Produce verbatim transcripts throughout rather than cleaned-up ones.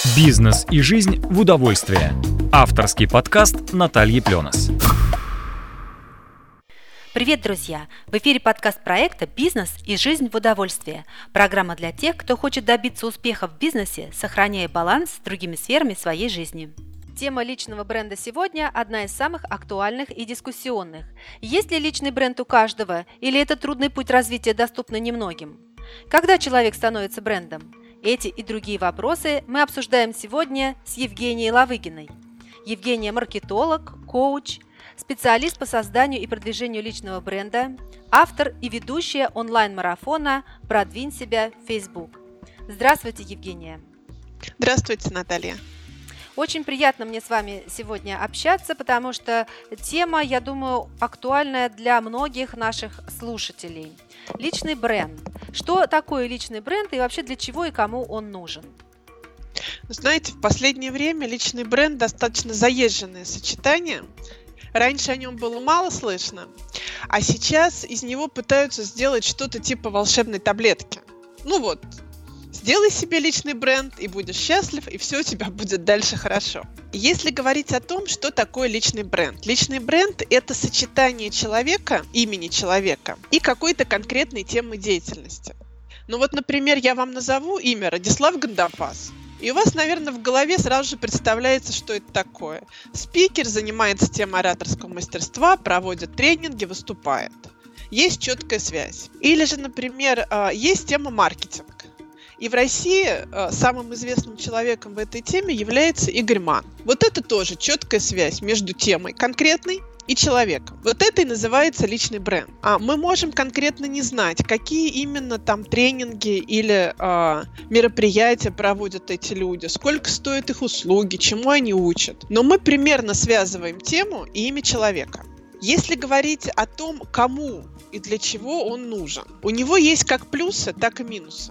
Бизнес и жизнь в удовольствие. Авторский подкаст Натальи Пленос. Привет, друзья! В эфире подкаст проекта «Бизнес и жизнь в удовольствие». Программа для тех, кто хочет добиться успеха в бизнесе, сохраняя баланс с другими сферами своей жизни. Тема личного бренда сегодня – одна из самых актуальных и дискуссионных. Есть ли личный бренд у каждого, или этот трудный путь развития доступен немногим? Когда человек становится брендом? Эти и другие вопросы мы обсуждаем сегодня с Евгенией Лавыгиной. Евгения – маркетолог, коуч, специалист по созданию и продвижению личного бренда, автор и ведущая онлайн-марафона «Продвинь себя в Facebook». Здравствуйте, Евгения. Здравствуйте, Наталья. Очень приятно мне с вами сегодня общаться, потому что тема, я думаю, актуальная для многих наших слушателей. Личный бренд. Что такое личный бренд и вообще для чего и кому он нужен? Знаете, в последнее время личный бренд достаточно заезженное сочетание. Раньше о нем было мало слышно, а сейчас из него пытаются сделать что-то типа волшебной таблетки. Ну вот, сделай себе личный бренд, и будешь счастлив, и все у тебя будет дальше хорошо. Если говорить о том, что такое личный бренд. Личный бренд – это сочетание человека, имени человека, и какой-то конкретной темы деятельности. Ну вот, например, я вам назову имя Радислав Гандапас. И у вас, наверное, в голове сразу же представляется, что это такое. Спикер занимается темой ораторского мастерства, проводит тренинги, выступает. Есть четкая связь. Или же, например, есть тема маркетинг. И в России самым известным человеком в этой теме является Игорь Манн. Вот это тоже четкая связь между темой конкретной и человеком. Вот это и называется личный бренд. А мы можем конкретно не знать, какие именно там тренинги или э, мероприятия проводят эти люди, сколько стоят их услуги, чему они учат. Но мы примерно связываем тему и имя человека. Если говорить о том, кому и для чего он нужен, у него есть как плюсы, так и минусы.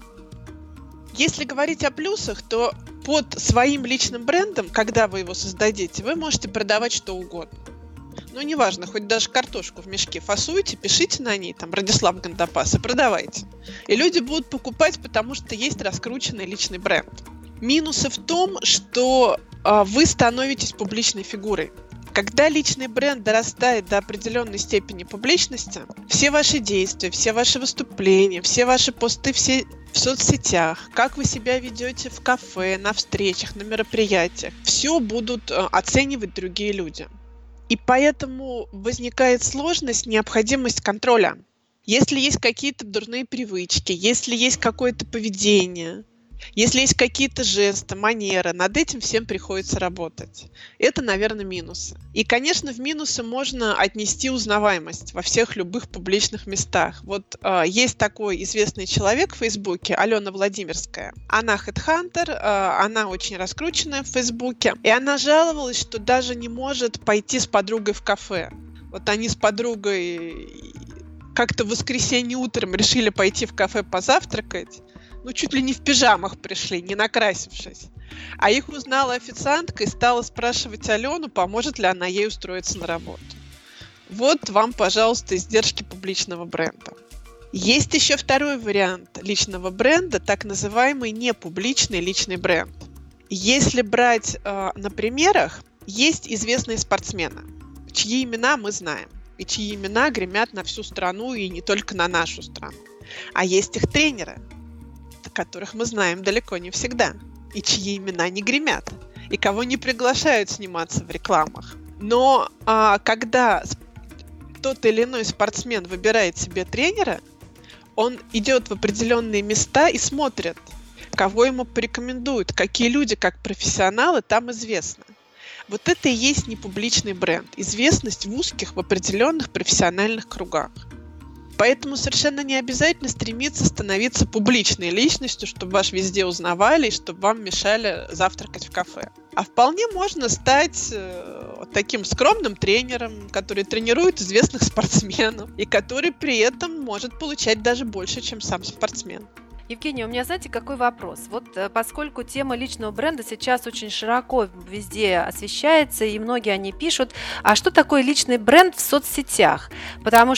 Если говорить о плюсах, то под своим личным брендом, когда вы его создадите, вы можете продавать что угодно. Ну, неважно, хоть даже картошку в мешке фасуйте, пишите на ней, там, Радислав Гандапас, и продавайте. И люди будут покупать, потому что есть раскрученный личный бренд. Минусы в том, что а, вы становитесь публичной фигурой. Когда личный бренд дорастает до определенной степени публичности, все ваши действия, все ваши выступления, все ваши посты все в соцсетях, как вы себя ведете в кафе, на встречах, на мероприятиях, все будут а, оценивать другие люди. И поэтому возникает сложность, необходимость контроля. Если есть какие-то дурные привычки, если есть какое-то поведение, если есть какие-то жесты, манеры, над этим всем приходится работать. Это, наверное, минусы. И, конечно, в минусы можно отнести узнаваемость во всех любых публичных местах. Вот э, есть такой известный человек в Фейсбуке, Алена Владимирская. Она хедхантер, э, она очень раскрученная в Фейсбуке. И она жаловалась, что даже не может пойти с подругой в кафе. Вот они с подругой как-то в воскресенье утром решили пойти в кафе позавтракать. Ну, чуть ли не в пижамах пришли, не накрасившись. А их узнала официантка и стала спрашивать Алену, поможет ли она ей устроиться на работу. Вот вам, пожалуйста, издержки публичного бренда. Есть еще второй вариант личного бренда, так называемый непубличный личный бренд. Если брать э, на примерах, есть известные спортсмены, чьи имена мы знаем, и чьи имена гремят на всю страну и не только на нашу страну. А есть их тренеры, которых мы знаем далеко не всегда, и чьи имена не гремят, и кого не приглашают сниматься в рекламах. Но а, когда тот или иной спортсмен выбирает себе тренера, он идет в определенные места и смотрит, кого ему порекомендуют, какие люди, как профессионалы, там известны. Вот это и есть непубличный бренд, известность в узких, в определенных профессиональных кругах. Поэтому совершенно не обязательно стремиться становиться публичной личностью, чтобы вас везде узнавали и чтобы вам мешали завтракать в кафе. А вполне можно стать э, таким скромным тренером, который тренирует известных спортсменов и который при этом может получать даже больше, чем сам спортсмен. Евгения, у меня, знаете, какой вопрос? Вот поскольку тема личного бренда сейчас очень широко везде освещается, и многие они пишут, а что такое личный бренд в соцсетях? Потому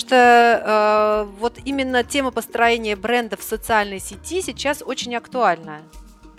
что э, вот именно тема построения бренда в социальной сети сейчас очень актуальна.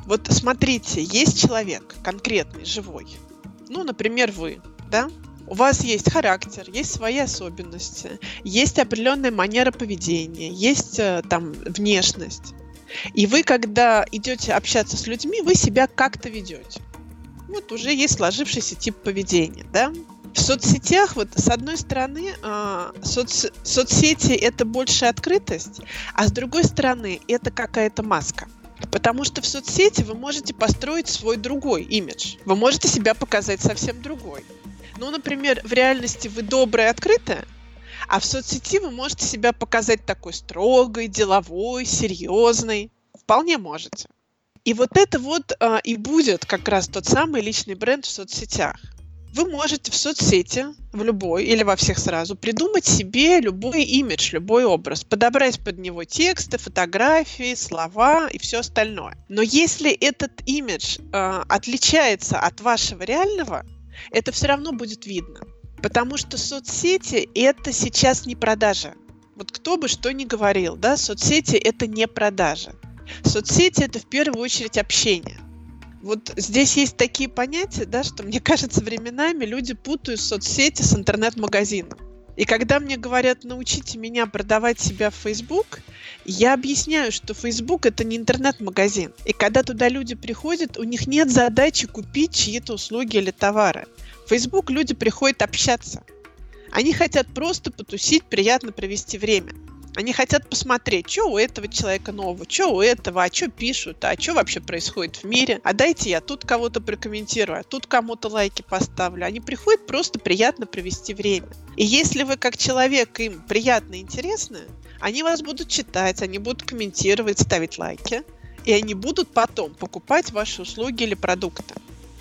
Вот смотрите, есть человек конкретный, живой. Ну, например, вы, да? У вас есть характер, есть свои особенности, есть определенная манера поведения, есть там внешность. И вы, когда идете общаться с людьми, вы себя как-то ведете. Вот уже есть сложившийся тип поведения, да? В соцсетях, вот с одной стороны, э, соц, соцсети это больше открытость, а с другой стороны это какая-то маска. Потому что в соцсети вы можете построить свой другой имидж. Вы можете себя показать совсем другой. Ну, например, в реальности вы добрая, открытая, а в соцсети вы можете себя показать такой строгой, деловой, серьезной. Вполне можете. И вот это вот а, и будет как раз тот самый личный бренд в соцсетях. Вы можете в соцсети, в любой или во всех сразу, придумать себе любой имидж, любой образ, подобрать под него тексты, фотографии, слова и все остальное. Но если этот имидж э, отличается от вашего реального, это все равно будет видно. Потому что соцсети – это сейчас не продажа. Вот кто бы что ни говорил, да, соцсети – это не продажа. Соцсети – это в первую очередь общение. Вот здесь есть такие понятия, да, что, мне кажется, временами люди путают соцсети с интернет-магазином. И когда мне говорят, научите меня продавать себя в Facebook, я объясняю, что Facebook – это не интернет-магазин. И когда туда люди приходят, у них нет задачи купить чьи-то услуги или товары. В Facebook люди приходят общаться. Они хотят просто потусить, приятно провести время. Они хотят посмотреть, что у этого человека нового, что у этого, а что пишут, а что вообще происходит в мире. А дайте я тут кого-то прокомментирую, а тут кому-то лайки поставлю. Они приходят просто приятно провести время. И если вы как человек им приятно и интересны, они вас будут читать, они будут комментировать, ставить лайки. И они будут потом покупать ваши услуги или продукты.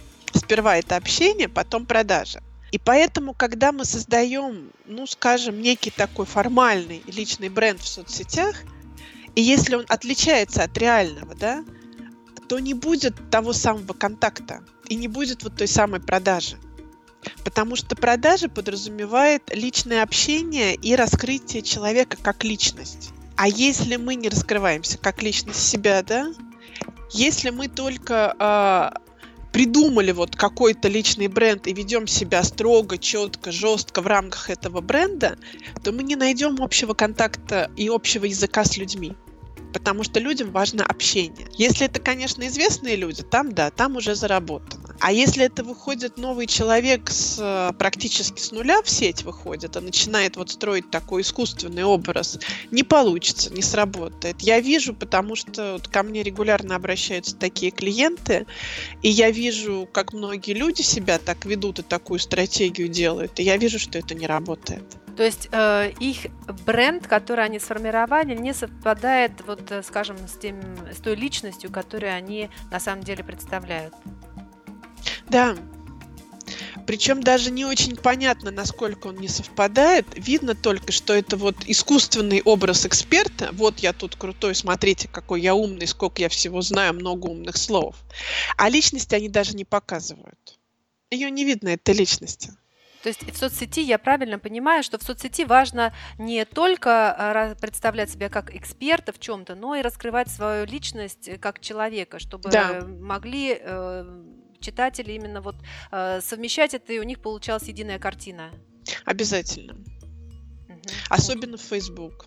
Сперва это общение, потом продажа. И поэтому, когда мы создаем, ну, скажем, некий такой формальный личный бренд в соцсетях, и если он отличается от реального, да, то не будет того самого контакта и не будет вот той самой продажи. Потому что продажа подразумевает личное общение и раскрытие человека как личность. А если мы не раскрываемся как личность себя, да, если мы только... Э, придумали вот какой-то личный бренд и ведем себя строго, четко, жестко в рамках этого бренда, то мы не найдем общего контакта и общего языка с людьми. Потому что людям важно общение. Если это, конечно, известные люди, там да, там уже заработано. А если это выходит новый человек с, практически с нуля в сеть выходит, и начинает вот строить такой искусственный образ, не получится, не сработает. Я вижу, потому что вот ко мне регулярно обращаются такие клиенты, и я вижу, как многие люди себя так ведут и такую стратегию делают, и я вижу, что это не работает. То есть э, их бренд, который они сформировали, не совпадает, вот, скажем, с, тем, с той личностью, которую они на самом деле представляют. Да. Причем даже не очень понятно, насколько он не совпадает. Видно только, что это вот искусственный образ эксперта. Вот я тут крутой, смотрите, какой я умный, сколько я всего знаю, много умных слов. А личности они даже не показывают. Ее не видно, этой личности. То есть в соцсети, я правильно понимаю, что в соцсети важно не только представлять себя как эксперта в чем-то, но и раскрывать свою личность как человека, чтобы да. могли э, читатели именно вот э, совмещать это, и у них получалась единая картина. Обязательно. Угу. Особенно в Facebook.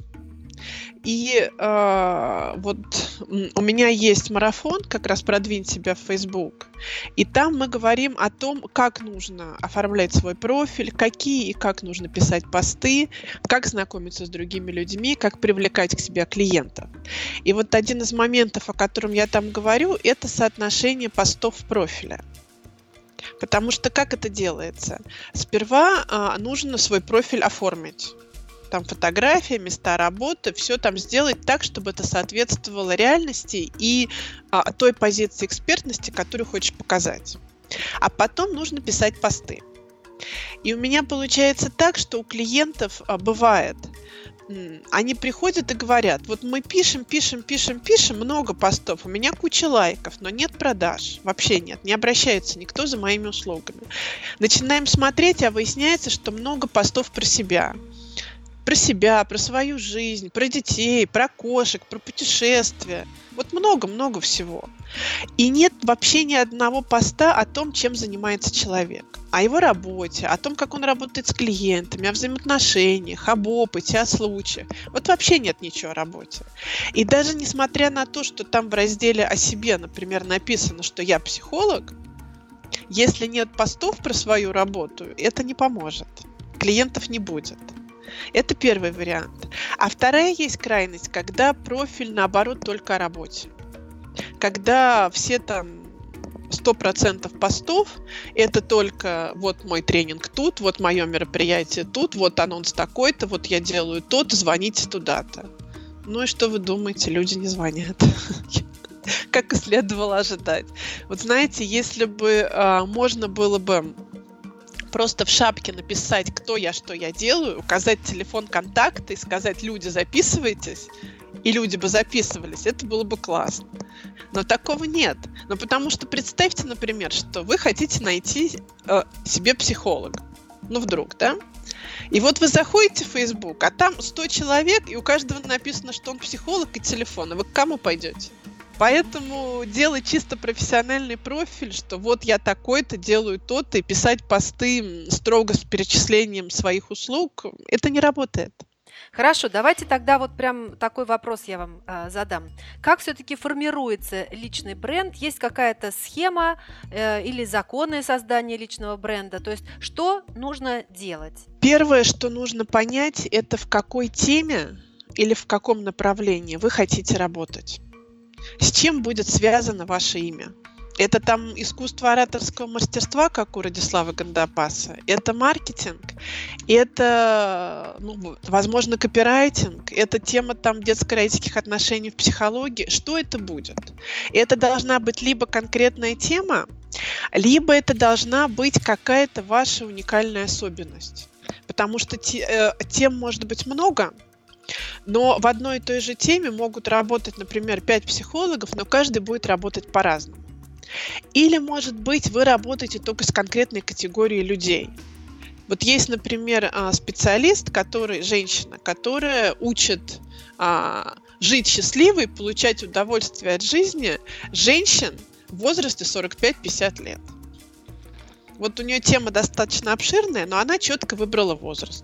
И э, вот у меня есть марафон, как раз «Продвинь себя в Facebook», и там мы говорим о том, как нужно оформлять свой профиль, какие и как нужно писать посты, как знакомиться с другими людьми, как привлекать к себе клиентов. И вот один из моментов, о котором я там говорю, это соотношение постов в профиле. Потому что как это делается? Сперва э, нужно свой профиль оформить. Там фотография, места работы, все там сделать так, чтобы это соответствовало реальности и а, той позиции экспертности, которую хочешь показать. А потом нужно писать посты. И у меня получается так, что у клиентов а, бывает, м, они приходят и говорят, вот мы пишем, пишем, пишем, пишем, много постов, у меня куча лайков, но нет продаж, вообще нет, не обращается никто за моими услугами. Начинаем смотреть, а выясняется, что много постов про себя. про себя, про свою жизнь, про детей, про кошек, про путешествия. Вот много-много всего. И нет вообще ни одного поста о том, чем занимается человек. О его работе, о том, как он работает с клиентами, о взаимоотношениях, об опыте, о случаях. Вот вообще нет ничего о работе. И даже несмотря на то, что там в разделе о себе, например, написано, что я психолог, если нет постов про свою работу, это не поможет. Клиентов не будет. Это первый вариант. А вторая есть крайность, когда профиль, наоборот, только о работе. Когда все там сто процентов постов это только вот мой тренинг тут, вот мое мероприятие тут, вот анонс такой-то, вот я делаю то-то, звоните туда-то. Ну и что вы думаете? Люди не звонят. Как и следовало ожидать. Вот знаете, если бы а, можно было бы просто в шапке написать, кто я, что я делаю, указать телефон контакта и сказать, люди, записывайтесь, и люди бы записывались, это было бы классно. Но такого нет. Ну, потому что представьте, например, что вы хотите найти э, себе психолога. Ну, вдруг, да? И вот вы заходите в Facebook, а там сто человек, и у каждого написано, что он психолог и телефон. А вы к кому пойдете? Поэтому делать чисто профессиональный профиль, что вот я такой-то, делаю то-то, и писать посты строго с перечислением своих услуг, это не работает. Хорошо, давайте тогда вот прям такой вопрос я вам э, задам. Как все-таки формируется личный бренд? Есть какая-то схема э, или законы создания личного бренда? То есть что нужно делать? Первое, что нужно понять, это в какой теме или в каком направлении вы хотите работать. С чем будет связано ваше имя? Это там искусство ораторского мастерства, как у Радислава Гандапаса. Это маркетинг. Это, ну, возможно, копирайтинг. Это тема там детско-родительских отношений в психологии. Что это будет? Это должна быть либо конкретная тема, либо это должна быть какая-то ваша уникальная особенность. Потому что те, э, тем может быть много, но в одной и той же теме могут работать, например, пять психологов, но каждый будет работать по-разному. Или, может быть, вы работаете только с конкретной категорией людей. Вот есть, например, специалист, который, женщина, которая учит а, жить счастливой, получать удовольствие от жизни женщин в возрасте сорок пять - пятьдесят лет. Вот у нее тема достаточно обширная, но она четко выбрала возраст.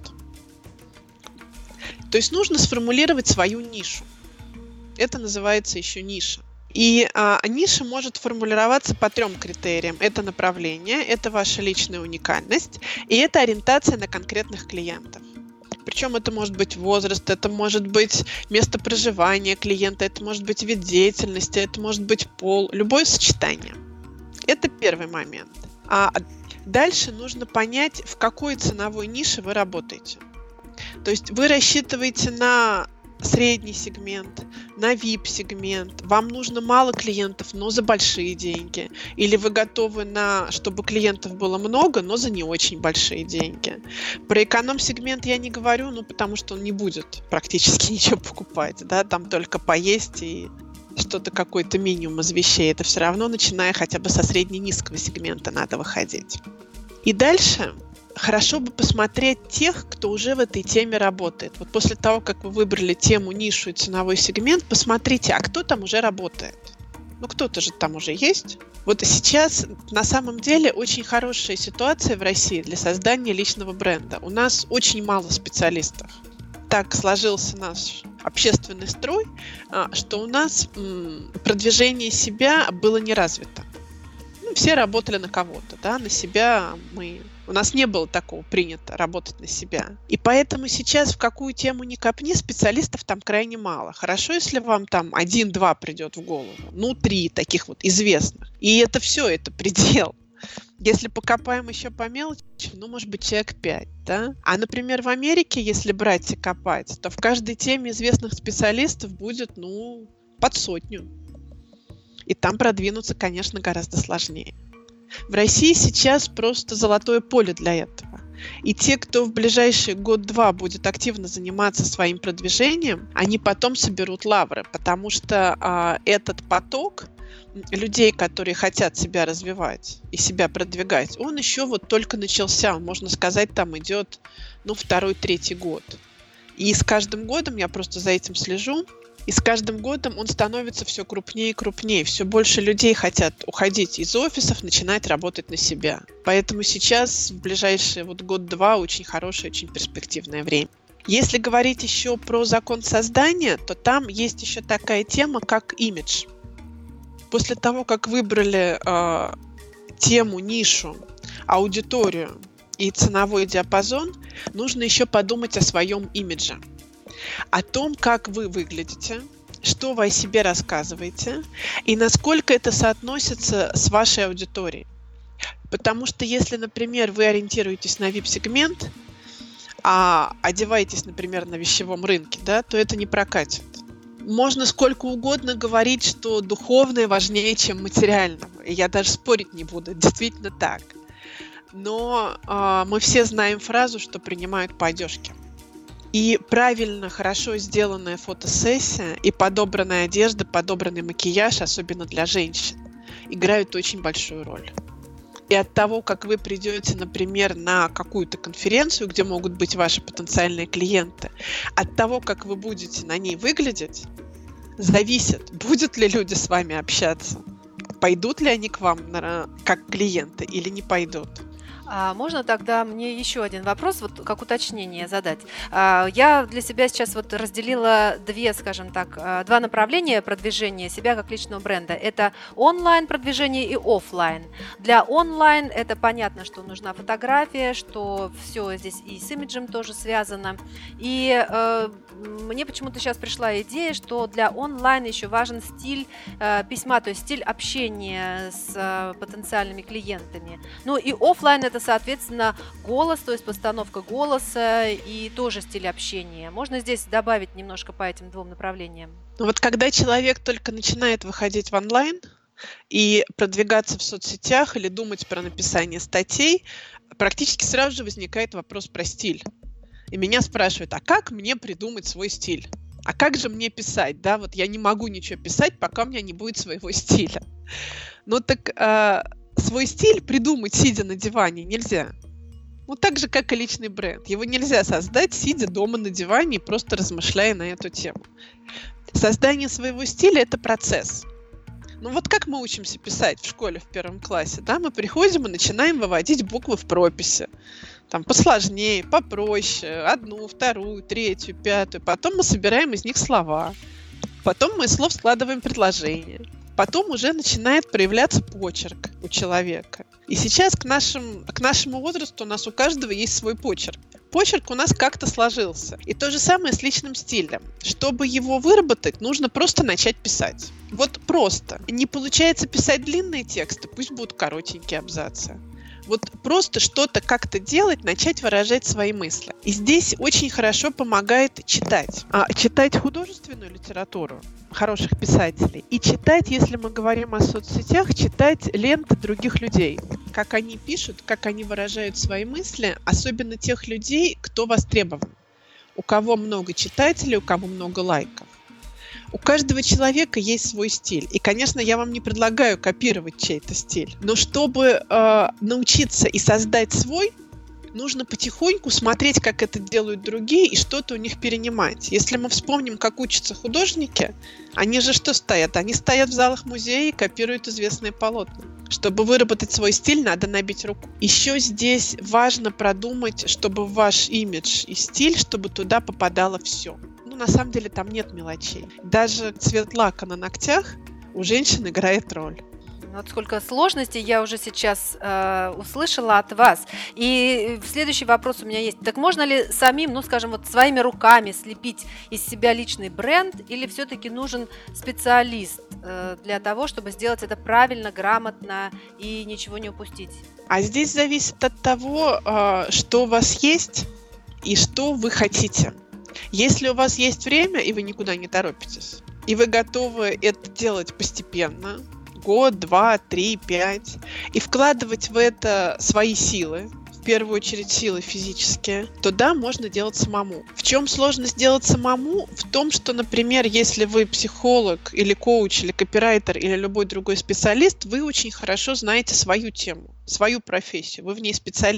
То есть нужно сформулировать свою нишу. Это называется еще ниша. И а, ниша может формулироваться по трем критериям. Это направление, это ваша личная уникальность, и это ориентация на конкретных клиентов. Причем это может быть возраст, это может быть место проживания клиента, это может быть вид деятельности, это может быть пол, любое сочетание. Это первый момент. А дальше нужно понять, в какой ценовой нише вы работаете. То есть вы рассчитываете на средний сегмент, на ви ай пи-сегмент, вам нужно мало клиентов, но за большие деньги. Или вы готовы на, чтобы клиентов было много, но за не очень большие деньги. Про эконом-сегмент я не говорю, ну, потому что он не будет практически ничего покупать, да, там только поесть и что-то, какой-то минимум из вещей. Это все равно, начиная хотя бы со средне-низкого сегмента, надо выходить. И дальше хорошо бы посмотреть тех, кто уже в этой теме работает. Вот после того, как вы выбрали тему, нишу и ценовой сегмент, посмотрите, а кто там уже работает. Ну, кто-то же там уже есть. Вот сейчас на самом деле очень хорошая ситуация в России для создания личного бренда. У нас очень мало специалистов. Так сложился наш общественный строй, что у нас продвижение себя было не развито. Ну, все работали на кого-то, да, на себя мы... У нас не было такого принято работать на себя. И поэтому сейчас в какую тему ни копни, специалистов там крайне мало. Хорошо, если вам там один-два придет в голову. Ну, три таких вот известных. И это все, это предел. Если покопаем еще по мелочи, ну, может быть, человек пять, да? А, например, в Америке, если брать и копать, то в каждой теме известных специалистов будет, ну, под сотню. И там продвинуться, конечно, гораздо сложнее. В России сейчас просто золотое поле для этого. И те, кто в ближайший год-два будет активно заниматься своим продвижением, они потом соберут лавры, потому что а, этот поток людей, которые хотят себя развивать и себя продвигать, он еще вот только начался, можно сказать, там идет, ну, второй-третий год. И с каждым годом, я просто за этим слежу, и с каждым годом он становится все крупнее и крупнее. Все больше людей хотят уходить из офисов, начинать работать на себя. Поэтому сейчас, в ближайшие вот год-два, очень хорошее, очень перспективное время. Если говорить еще про закон создания, то там есть еще такая тема, как имидж. После того, как выбрали э, тему, нишу, аудиторию и ценовой диапазон, нужно еще подумать о своем имидже. О том, как вы выглядите, что вы о себе рассказываете и насколько это соотносится с вашей аудиторией. Потому что если, например, вы ориентируетесь на ви ай пи-сегмент, а одеваетесь, например, на вещевом рынке, да, то это не прокатит. Можно сколько угодно говорить, что духовное важнее, чем материальное. И я даже спорить не буду, это действительно так. Но э, мы все знаем фразу, что принимают по одежке. И правильно, хорошо сделанная фотосессия и подобранная одежда, подобранный макияж, особенно для женщин, играют очень большую роль. И от того, как вы придете, например, на какую-то конференцию, где могут быть ваши потенциальные клиенты, от того, как вы будете на ней выглядеть, зависит, будут ли люди с вами общаться, пойдут ли они к вам на, как клиенты или не пойдут. А можно тогда мне еще один вопрос, вот как уточнение задать? А, я для себя сейчас вот разделила две, скажем так, а, два направления продвижения себя как личного бренда. Это онлайн продвижение и офлайн. Для онлайн это понятно, что нужна фотография, что все здесь и с имиджем тоже связано. И э, мне почему-то сейчас пришла идея, что для онлайн еще важен стиль э, письма, то есть стиль общения с э, потенциальными клиентами. Ну и офлайн это, соответственно, голос, то есть постановка голоса и тоже стиль общения. Можно здесь добавить немножко по этим двум направлениям? Ну вот когда человек только начинает выходить в онлайн и продвигаться в соцсетях или думать про написание статей, практически сразу же возникает вопрос про стиль. И меня спрашивают, а как мне придумать свой стиль? А как же мне писать? Да, вот я не могу ничего писать, пока у меня не будет своего стиля. Ну так э, свой стиль придумать, сидя на диване, нельзя. Ну так же, как и личный бренд. Его нельзя создать, сидя дома на диване и просто размышляя на эту тему. Создание своего стиля – это процесс. Ну вот как мы учимся писать в школе в первом классе? Да? Мы приходим и начинаем выводить буквы в прописи. Там посложнее, попроще, одну, вторую, третью, пятую. Потом мы собираем из них слова. Потом мы из слов складываем предложения. Потом уже начинает проявляться почерк у человека. И сейчас к, нашим, к нашему возрасту у нас у каждого есть свой почерк. Почерк у нас как-то сложился. И то же самое с личным стилем. Чтобы его выработать, нужно просто начать писать. Вот просто. Не получается писать длинные тексты, пусть будут коротенькие абзацы. Вот просто что-то как-то делать, начать выражать свои мысли. И здесь очень хорошо помогает читать. А, читать художественную литературу хороших писателей и читать, если мы говорим о соцсетях, читать ленты других людей. Как они пишут, как они выражают свои мысли, особенно тех людей, кто востребован. У кого много читателей, у кого много лайков. У каждого человека есть свой стиль. И, конечно, я вам не предлагаю копировать чей-то стиль. Но чтобы э, научиться и создать свой, нужно потихоньку смотреть, как это делают другие, и что-то у них перенимать. Если мы вспомним, как учатся художники, они же что стоят? Они стоят в залах музея и копируют известные полотна. Чтобы выработать свой стиль, надо набить руку. Еще здесь важно продумать, чтобы ваш имидж и стиль, чтобы туда попадало все. Ну, на самом деле, там нет мелочей. Даже цвет лака на ногтях у женщин играет роль. Вот сколько сложностей я уже сейчас э, услышала от вас. И следующий вопрос у меня есть. Так можно ли самим, ну, скажем, вот своими руками слепить из себя личный бренд, или все-таки нужен специалист э, для того, чтобы сделать это правильно, грамотно и ничего не упустить? А здесь зависит от того, э, что у вас есть и что вы хотите. Если у вас есть время, и вы никуда не торопитесь, и вы готовы это делать постепенно, год, два, три, пять, и вкладывать в это свои силы, в первую очередь силы физические, то да, можно делать самому. В чем сложность делать самому? В том, что, например, если вы психолог или коуч, или копирайтер, или любой другой специалист, вы очень хорошо знаете свою тему, свою профессию, вы в ней специалист.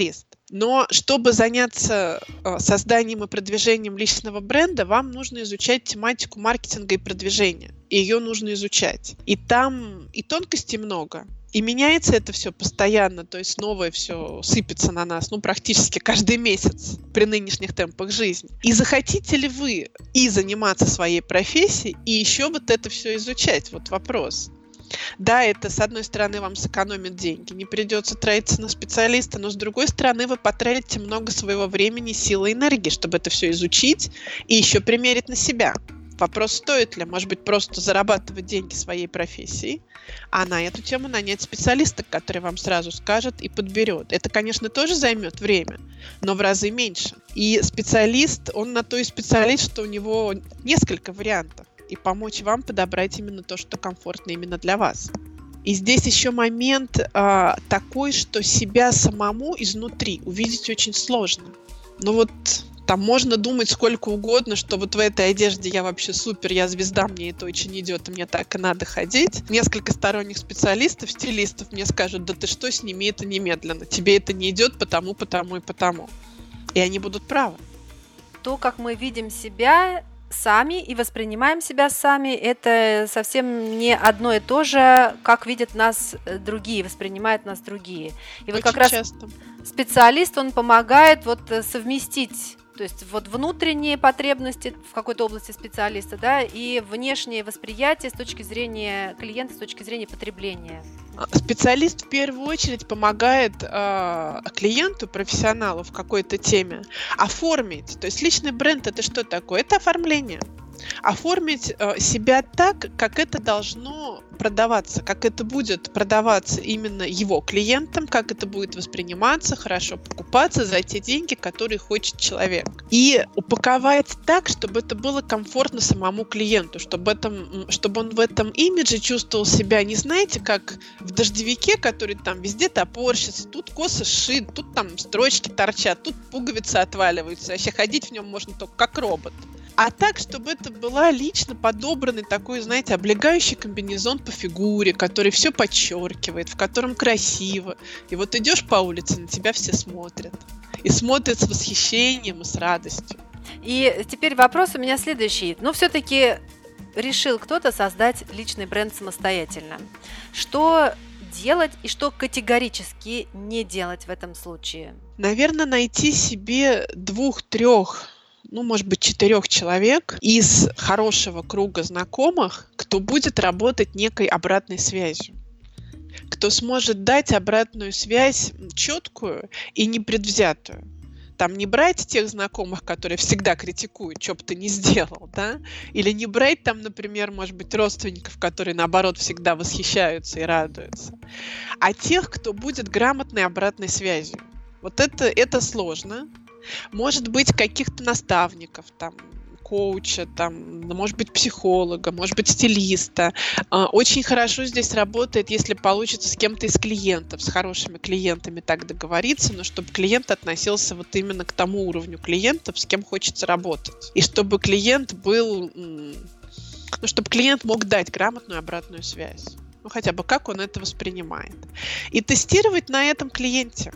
Но чтобы заняться э, созданием и продвижением личного бренда, вам нужно изучать тематику маркетинга и продвижения. И ее нужно изучать. И там и тонкостей много. И меняется это все постоянно, то есть новое все сыпется на нас, ну, практически каждый месяц при нынешних темпах жизни. И захотите ли вы и заниматься своей профессией, и еще вот это все изучать? Вот вопрос. Да, это, с одной стороны, вам сэкономит деньги, не придется тратиться на специалиста, но, с другой стороны, вы потратите много своего времени, силы и энергии, чтобы это все изучить и еще примерить на себя. Вопрос, стоит ли, может быть, просто зарабатывать деньги своей профессией, а на эту тему нанять специалиста, который вам сразу скажет и подберет. Это, конечно, тоже займет время, но в разы меньше. И специалист, он на то и специалист, что у него несколько вариантов, и помочь вам подобрать именно то, что комфортно именно для вас. И здесь еще момент а, такой, что себя самому изнутри увидеть очень сложно. Ну вот... Там можно думать сколько угодно, что вот в этой одежде я вообще супер, я звезда, мне это очень идет, и мне так и надо ходить. Несколько сторонних специалистов, стилистов мне скажут, да ты что, сними это немедленно, тебе это не идет потому, потому и потому. И они будут правы. То, как мы видим себя сами и воспринимаем себя сами, это совсем не одно и то же, как видят нас другие, воспринимают нас другие. И вот очень как раз часто специалист, он помогает вот совместить, то есть вот внутренние потребности в какой-то области специалиста, да, и внешнее восприятие с точки зрения клиента, с точки зрения потребления. Специалист в первую очередь помогает э, клиенту, профессионалу в какой-то теме оформить. То есть личный бренд — это что такое? Это оформление. Оформить э, себя так, как это должно продаваться, как это будет продаваться именно его клиентам, как это будет восприниматься, хорошо покупаться за те деньги, которые хочет человек. И упаковать так, чтобы это было комфортно самому клиенту, чтобы, этом, чтобы он в этом имидже чувствовал себя, не знаете, как в дождевике, который там везде топорщится, тут косо сшит, тут там строчки торчат, тут пуговицы отваливаются, вообще ходить в нем можно только как робот. А так, чтобы это была лично подобранный такой, знаете, облегающий комбинезон по фигуре, который все подчеркивает, в котором красиво. И вот идешь по улице, на тебя все смотрят. И смотрят с восхищением и с радостью. И теперь вопрос у меня следующий. Ну, все-таки решил кто-то создать личный бренд самостоятельно. Что делать и что категорически не делать в этом случае? Наверное, найти себе двух-трех, ну, может быть, четырех человек из хорошего круга знакомых, кто будет работать некой обратной связью, кто сможет дать обратную связь четкую и непредвзятую. Там не брать тех знакомых, которые всегда критикуют, что бы ты ни сделал, да, или не брать там, например, может быть, родственников, которые, наоборот, всегда восхищаются и радуются, а тех, кто будет грамотной обратной связью. Вот это, это сложно. Может быть, каких-то наставников, там, коуча, там, может быть, психолога, может быть, стилиста. Очень хорошо здесь работает, если получится с кем-то из клиентов, с хорошими клиентами так договориться, но чтобы клиент относился вот именно к тому уровню клиентов, с кем хочется работать. И чтобы клиент был, ну, чтобы клиент мог дать грамотную обратную связь. Ну, хотя бы как он это воспринимает. И тестировать на этом клиенте.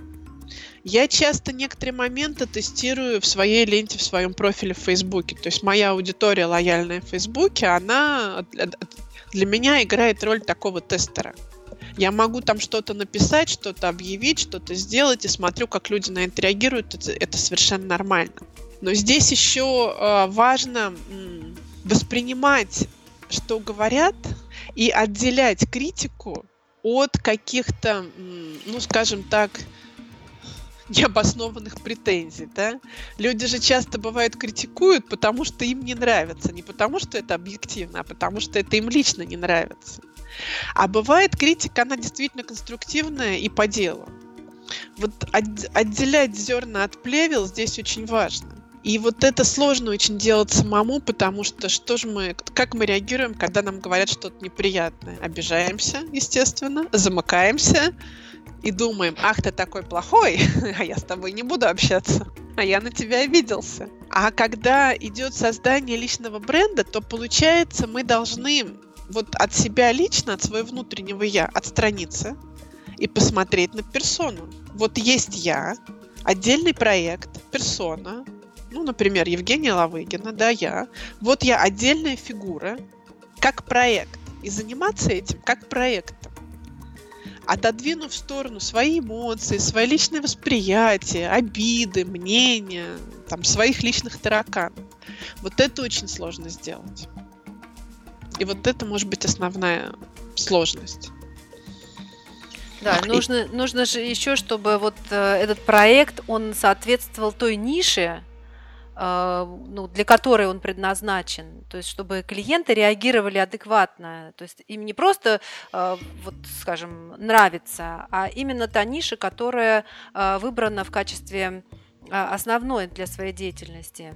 Я часто некоторые моменты тестирую в своей ленте, в своем профиле в Фейсбуке. То есть моя аудитория, лояльная в Фейсбуке, она для меня играет роль такого тестера. Я могу там что-то написать, что-то объявить, что-то сделать, и смотрю, как люди на это реагируют. Это, это совершенно нормально. Но здесь еще э, важно м, воспринимать, что говорят, и отделять критику от каких-то, м, ну, скажем так, необоснованных претензий, да? Люди же часто, бывает, критикуют, потому что им не нравится. Не потому, что это объективно, а потому, что это им лично не нравится. А бывает, критика, она действительно конструктивная и по делу. Вот от- отделять зерна от плевел здесь очень важно. И вот это сложно очень делать самому, потому что что же мы, как мы реагируем, когда нам говорят что-то неприятное? Обижаемся, естественно, замыкаемся, и думаем, ах, ты такой плохой, а я с тобой не буду общаться, а я на тебя обиделся. А когда идет создание личного бренда, то получается, мы должны вот от себя лично, от своего внутреннего я отстраниться и посмотреть на персону. Вот есть я, отдельный проект, персона, ну, например, Евгения Лавыгина, да, я. Вот я отдельная фигура, как проект, и заниматься этим как проектом. Отодвинув в сторону свои эмоции, свои личные восприятия, обиды, мнения, там, своих личных тараканов. Вот это очень сложно сделать. И вот это может быть основная сложность. Да, И- нужно, нужно же еще, чтобы вот э, этот проект, он соответствовал той нише, э, ну, для которой он предназначен. То есть, чтобы клиенты реагировали адекватно. То есть, им не просто, э, вот, скажем, нравится, а именно та ниша, которая э, выбрана в качестве э, основной для своей деятельности.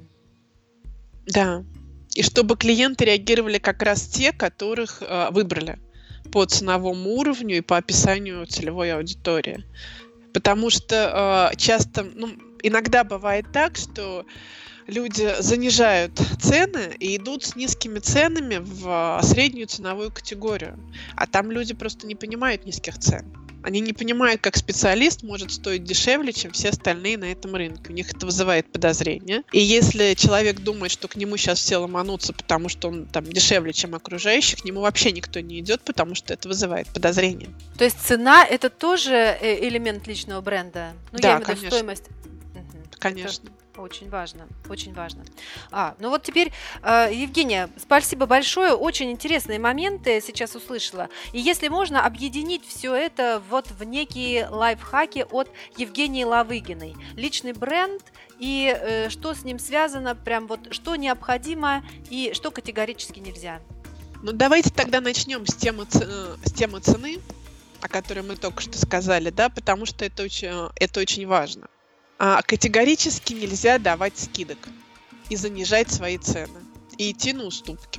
Да. И чтобы клиенты реагировали как раз те, которых э, выбрали по ценовому уровню и по описанию целевой аудитории. Потому что э, часто, ну, иногда бывает так, что люди занижают цены и идут с низкими ценами в э, среднюю ценовую категорию. А там люди просто не понимают низких цен. Они не понимают, как специалист может стоить дешевле, чем все остальные на этом рынке. У них это вызывает подозрение. И если человек думает, что к нему сейчас все ломанутся, потому что он там дешевле, чем окружающих, к нему вообще никто не идет, потому что это вызывает подозрение. То есть цена – это тоже э, элемент личного бренда? Ну, Да, я имею в виду конечно. стоимость. Мгм. Конечно. Это очень важно, очень важно. А, ну вот теперь, э, Евгения, спасибо большое, очень интересные моменты сейчас услышала. И если можно, объединить все это вот в некие лайфхаки от Евгении Лавыгиной. Личный бренд и э, что с ним связано, прям вот что необходимо и что категорически нельзя. Ну, давайте тогда начнем с темы, ц- э, с темы цены, о которой мы только что сказали, да, потому что это очень, э, это очень важно. А, категорически нельзя давать скидок и занижать свои цены, и идти на уступки.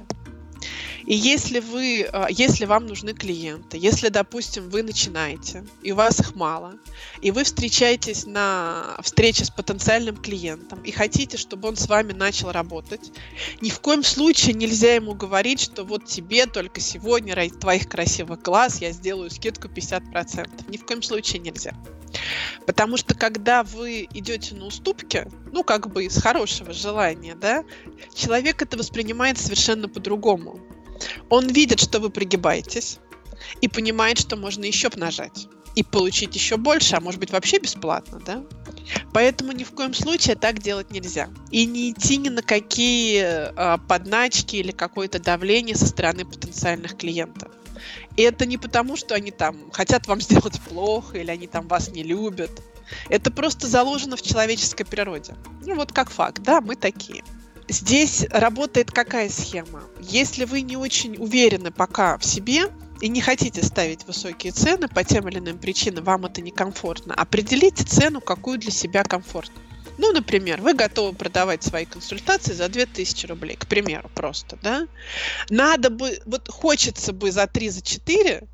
И если вы, э, если вам нужны клиенты, если, допустим, вы начинаете, и у вас их мало, и вы встречаетесь на встрече с потенциальным клиентом, и хотите, чтобы он с вами начал работать, ни в коем случае нельзя ему говорить, что вот тебе только сегодня ради твоих красивых глаз я сделаю скидку пятьдесят процентов. Ни в коем случае нельзя. Потому что когда вы идете на уступки, ну, как бы из хорошего желания, да, человек это воспринимает совершенно по-другому. Он видит, что вы пригибаетесь, и понимает, что можно еще нажать и получить еще больше, а может быть вообще бесплатно, да? Поэтому ни в коем случае так делать нельзя. И не идти ни на какие а, подначки или какое-то давление со стороны потенциальных клиентов. И это не потому, что они там хотят вам сделать плохо или они там вас не любят. Это просто заложено в человеческой природе. Ну вот как факт, да, мы такие. Здесь работает какая схема? Если вы не очень уверены пока в себе и не хотите ставить высокие цены по тем или иным причинам, вам это некомфортно, определите цену, какую для себя комфортно. Ну, например, вы готовы продавать свои консультации за две тысячи рублей, к примеру, просто, да? Надо бы, вот хочется бы за три, за четыре,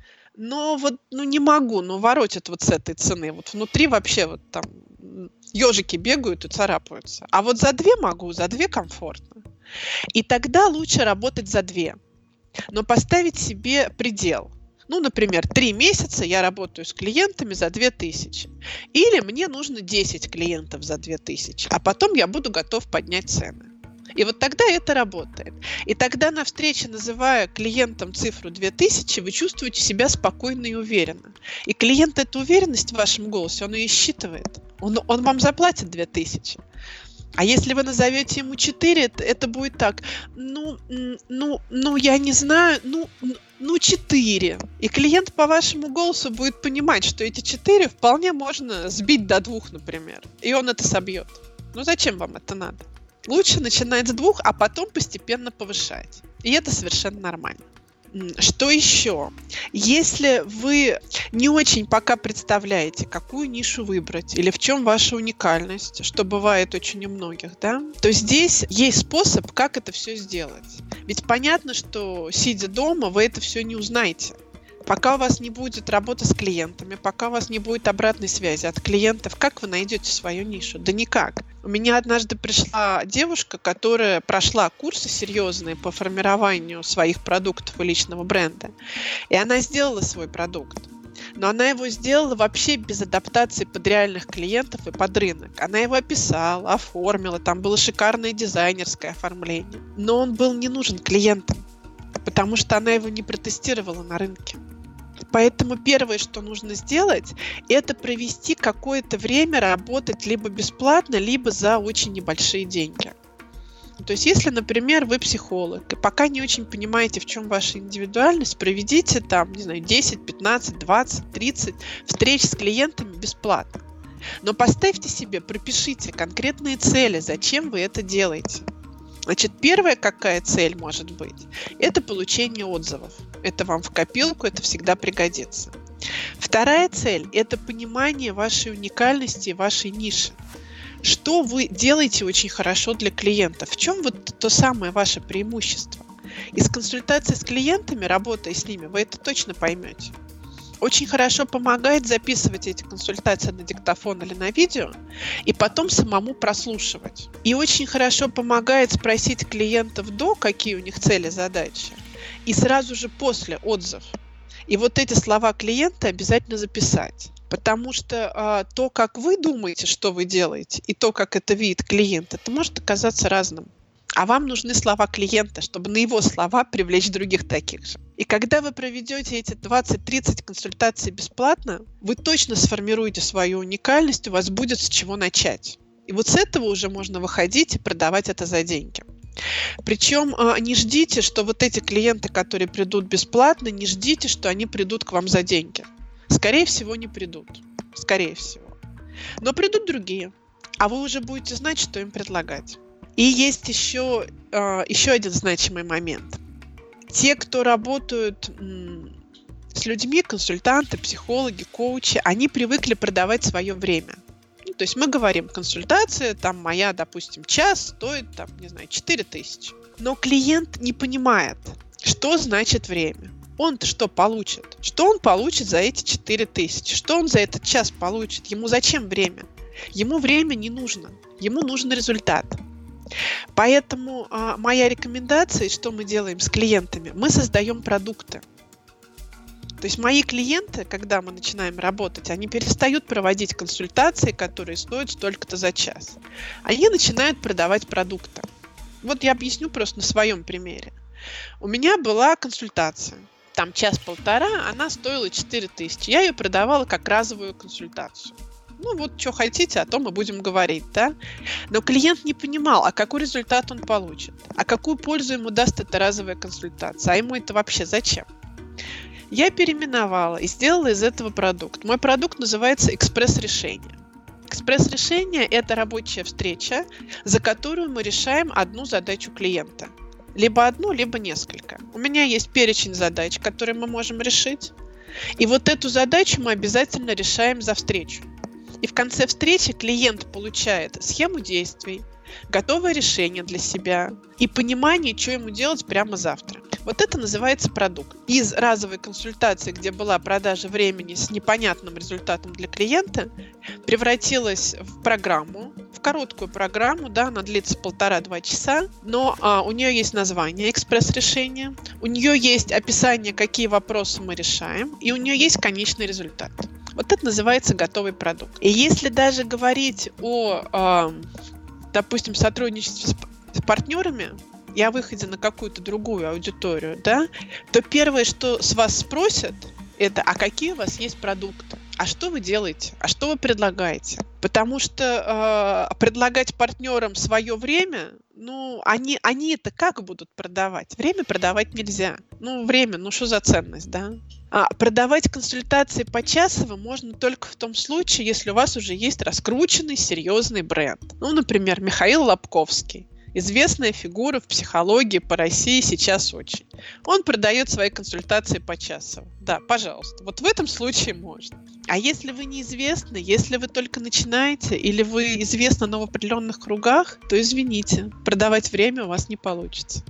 но вот, ну, не могу, ну, воротят вот с этой цены. Вот внутри вообще вот там ежики бегают и царапаются. А вот за две могу, за две комфортно. И тогда лучше работать за две. Но поставить себе предел. Ну, например, три месяца я работаю с клиентами за две тысячи. Или мне нужно десять клиентов за две тысячи, а потом я буду готов поднять цены. И вот тогда это работает. И тогда на встрече, называя клиентам цифру две тысячи, вы чувствуете себя спокойно и уверенно. И клиент эту уверенность в вашем голосе, он ее считывает. Он, он вам заплатит две тысячи. А если вы назовете ему четыре, это, это будет так. Ну, ну, ну, я не знаю, ну, ну, четыре. И клиент по вашему голосу будет понимать, что эти четыре вполне можно сбить до двух, например. И он это собьет. Ну, зачем вам это надо? Лучше начинать с двух, а потом постепенно повышать. И это совершенно нормально. Что еще? Если вы не очень пока представляете, какую нишу выбрать или в чем ваша уникальность, что бывает очень у многих, да, то здесь есть способ, как это все сделать. Ведь понятно, что сидя дома, вы это все не узнаете. Пока у вас не будет работы с клиентами, пока у вас не будет обратной связи от клиентов, как вы найдете свою нишу? Да никак. У меня однажды пришла девушка, которая прошла курсы серьезные по формированию своих продуктов и личного бренда. И она сделала свой продукт. Но она его сделала вообще без адаптации под реальных клиентов и под рынок. Она его описала, оформила, там было шикарное дизайнерское оформление. Но он был не нужен клиентам, потому что она его не протестировала на рынке. Поэтому первое, что нужно сделать, это провести какое-то время работать либо бесплатно, либо за очень небольшие деньги. То есть, если, например, вы психолог, и пока не очень понимаете, в чем ваша индивидуальность, проведите там, не знаю, десять, пятнадцать, двадцать, тридцать встреч с клиентами бесплатно. Но поставьте себе, пропишите конкретные цели, зачем вы это делаете. Значит, первая какая цель может быть? Это получение отзывов. Это вам в копилку, это всегда пригодится. Вторая цель – это понимание вашей уникальности и вашей ниши. Что вы делаете очень хорошо для клиента? В чем вот то самое ваше преимущество? Из консультации с клиентами, работая с ними, вы это точно поймете. Очень хорошо помогает записывать эти консультации на диктофон или на видео и потом самому прослушивать. И очень хорошо помогает спросить клиентов до, какие у них цели, задачи, и сразу же после отзыв. И вот эти слова клиента обязательно записать. Потому что а, то, как вы думаете, что вы делаете, и то, как это видит клиент, это может оказаться разным. А вам нужны слова клиента, чтобы на его слова привлечь других таких же. И когда вы проведете эти двадцать-тридцать консультаций бесплатно, вы точно сформируете свою уникальность, у вас будет с чего начать. И вот с этого уже можно выходить и продавать это за деньги. Причем а, не ждите, что вот эти клиенты, которые придут бесплатно, не ждите, что они придут к вам за деньги. Скорее всего, не придут. Скорее всего. Но придут другие. А вы уже будете знать, что им предлагать. И есть еще, э, еще один значимый момент. Те, кто работают м, с людьми, консультанты, психологи, коучи, они привыкли продавать свое время. Ну, то есть мы говорим, консультация, там моя, допустим, час стоит, там, не знаю, четыре тысячи. Но клиент не понимает, что значит время. Он-то что получит? Что он получит за эти четыре тысячи? Что он за этот час получит? Ему зачем время? Ему время не нужно. Ему нужен результат. Поэтому а, моя рекомендация, что мы делаем с клиентами, мы создаем продукты. То есть мои клиенты, когда мы начинаем работать, они перестают проводить консультации, которые стоят столько-то за час. Они начинают продавать продукты. Вот я объясню просто на своем примере. У меня была консультация. Там час-полтора, она стоила четыре тысячи. Я ее продавала как разовую консультацию. Ну вот, что хотите, о том мы будем говорить, да? Но клиент не понимал, а какой результат он получит, а какую пользу ему даст эта разовая консультация, а ему это вообще зачем? Я переименовала и сделала из этого продукт. Мой продукт называется «Экспресс-решение». Экспресс-решение – это рабочая встреча, за которую мы решаем одну задачу клиента. Либо одну, либо несколько. У меня есть перечень задач, которые мы можем решить. И вот эту задачу мы обязательно решаем за встречу. И в конце встречи клиент получает схему действий, готовое решение для себя и понимание, что ему делать прямо завтра. Вот это называется продукт. Из разовой консультации, где была продажа времени с непонятным результатом для клиента, превратилась в программу, в короткую программу, да, она длится полтора-два часа, но а, у нее есть название «Экспресс-решение», у нее есть описание, какие вопросы мы решаем, и у нее есть конечный результат. Вот это называется готовый продукт. И если даже говорить о, а, допустим, сотрудничестве с партнерами, и о выходе на какую-то другую аудиторию, да, то первое, что с вас спросят, это, а какие у вас есть продукты? А что вы делаете? А что вы предлагаете? Потому что э, предлагать партнерам свое время, ну, они, они это как будут продавать? Время продавать нельзя. Ну, время, ну, что за ценность, да? А продавать консультации почасово можно только в том случае, если у вас уже есть раскрученный, серьезный бренд. Ну, например, Михаил Лобковский. Известная фигура в психологии по России сейчас очень. Он продает свои консультации почасово. Да, пожалуйста. Вот в этом случае можно. А если вы неизвестны, если вы только начинаете, или вы известны, но в определенных кругах, то извините, продавать время у вас не получится. Покупайте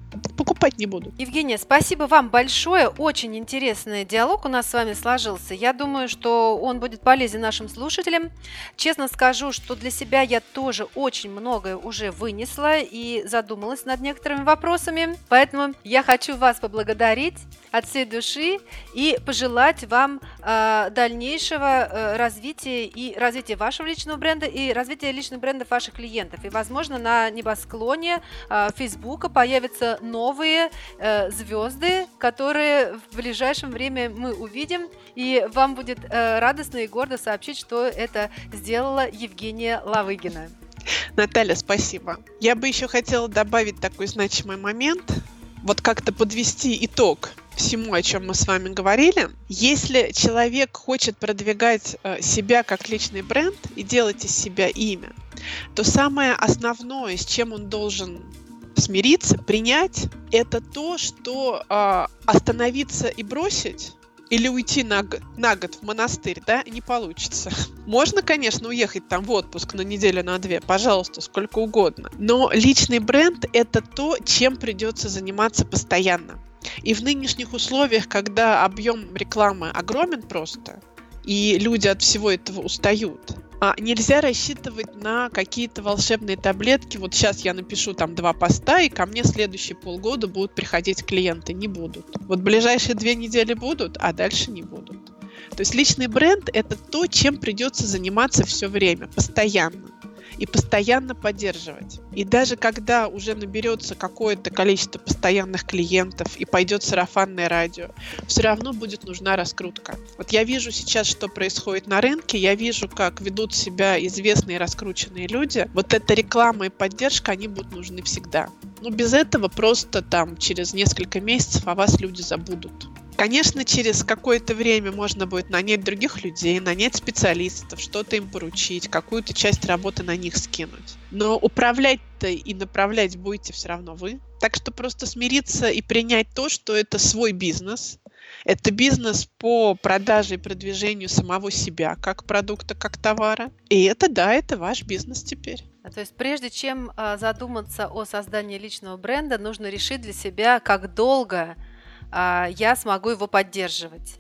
покупать не будут. Евгения, спасибо вам большое. Очень интересный диалог у нас с вами сложился. Я думаю, что он будет полезен нашим слушателям. Честно скажу, что для себя я тоже очень многое уже вынесла и задумалась над некоторыми вопросами. Поэтому я хочу вас поблагодарить от всей души и пожелать вам э, дальнейшего э, развития и развития вашего личного бренда и развития личных брендов ваших клиентов. И, возможно, на небосклоне э, Фейсбука появятся новые э, звезды, которые в ближайшем время мы увидим, и вам будет э, радостно и гордо сообщить, что это сделала Евгения Лавыгина. Наталья, спасибо. Я бы еще хотела добавить такой значимый момент, вот как-то подвести итог всему, о чем мы с вами говорили. Если человек хочет продвигать себя как личный бренд и делать из себя имя, то самое основное, с чем он должен смириться, принять, это то, что э, остановиться и бросить или уйти на, на год в монастырь, да, не получится. Можно, конечно, уехать там в отпуск на неделю, на две, пожалуйста, сколько угодно. Но личный бренд – это то, чем придется заниматься постоянно. И в нынешних условиях, когда объем рекламы огромен просто, и люди от всего этого устают, а нельзя рассчитывать на какие-то волшебные таблетки. Вот сейчас я напишу там два поста, и ко мне следующие полгода будут приходить клиенты. Не будут. Вот ближайшие две недели будут, а дальше не будут. То есть личный бренд – это то, чем придется заниматься все время, постоянно. И постоянно поддерживать. И даже когда уже наберется какое-то количество постоянных клиентов и пойдет сарафанное радио, все равно будет нужна раскрутка. Вот я вижу сейчас, что происходит на рынке, я вижу, как ведут себя известные раскрученные люди. Вот эта реклама и поддержка, они будут нужны всегда. Но без этого просто там через несколько месяцев о вас люди забудут. Конечно, через какое-то время можно будет нанять других людей, нанять специалистов, что-то им поручить, какую-то часть работы на них скинуть. Но управлять-то и направлять будете все равно вы. Так что просто смириться и принять то, что это свой бизнес. Это бизнес по продаже и продвижению самого себя, как продукта, как товара. И это, да, это ваш бизнес теперь. То есть прежде чем а, задуматься о создании личного бренда, нужно решить для себя, как долго а, я смогу его поддерживать.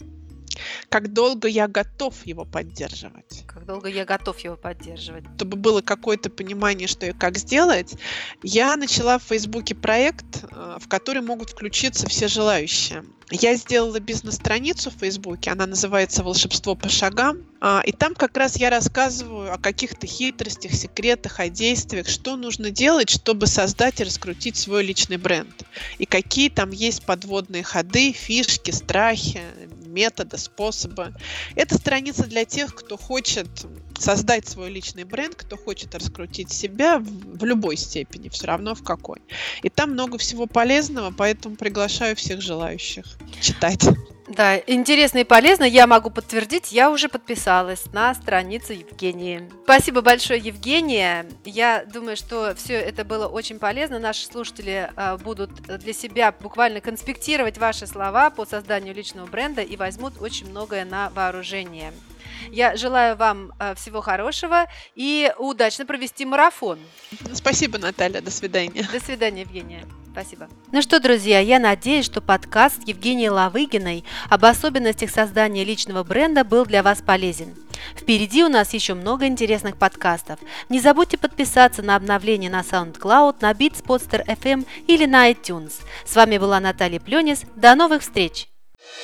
Как долго я готов его поддерживать. Как долго я готов его поддерживать. Чтобы было какое-то понимание, что и как сделать, я начала в Фейсбуке проект, в который могут включиться все желающие. Я сделала бизнес-страницу в Фейсбуке, она называется «Волшебство по шагам». И там как раз я рассказываю о каких-то хитростях, секретах, о действиях, что нужно делать, чтобы создать и раскрутить свой личный бренд. И какие там есть подводные ходы, фишки, страхи, методы, способы. Это страница для тех, кто хочет создать свой личный бренд, кто хочет раскрутить себя в, в любой степени, все равно в какой. И там много всего полезного, поэтому приглашаю всех желающих читать. Да, интересно и полезно. Я могу подтвердить, я уже подписалась на страницу Евгении. Спасибо большое, Евгения. Я думаю, что все это было очень полезно. Наши слушатели а, будут для себя буквально конспектировать ваши слова по созданию личного бренда и возьмут очень многое на вооружение. Я желаю вам а, всего хорошего и удачно провести марафон. Спасибо, Наталья. До свидания. До свидания, Евгения. Спасибо. Ну что, друзья, я надеюсь, что подкаст Евгении Лавыгиной об особенностях создания личного бренда был для вас полезен. Впереди у нас еще много интересных подкастов. Не забудьте подписаться на обновления на SoundCloud, на Beats, Podster эф эм или на iTunes. С вами была Наталья Плёнис. До новых встреч!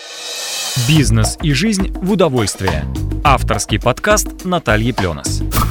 Бизнес и жизнь в удовольствие. Авторский подкаст Натальи Плёнис.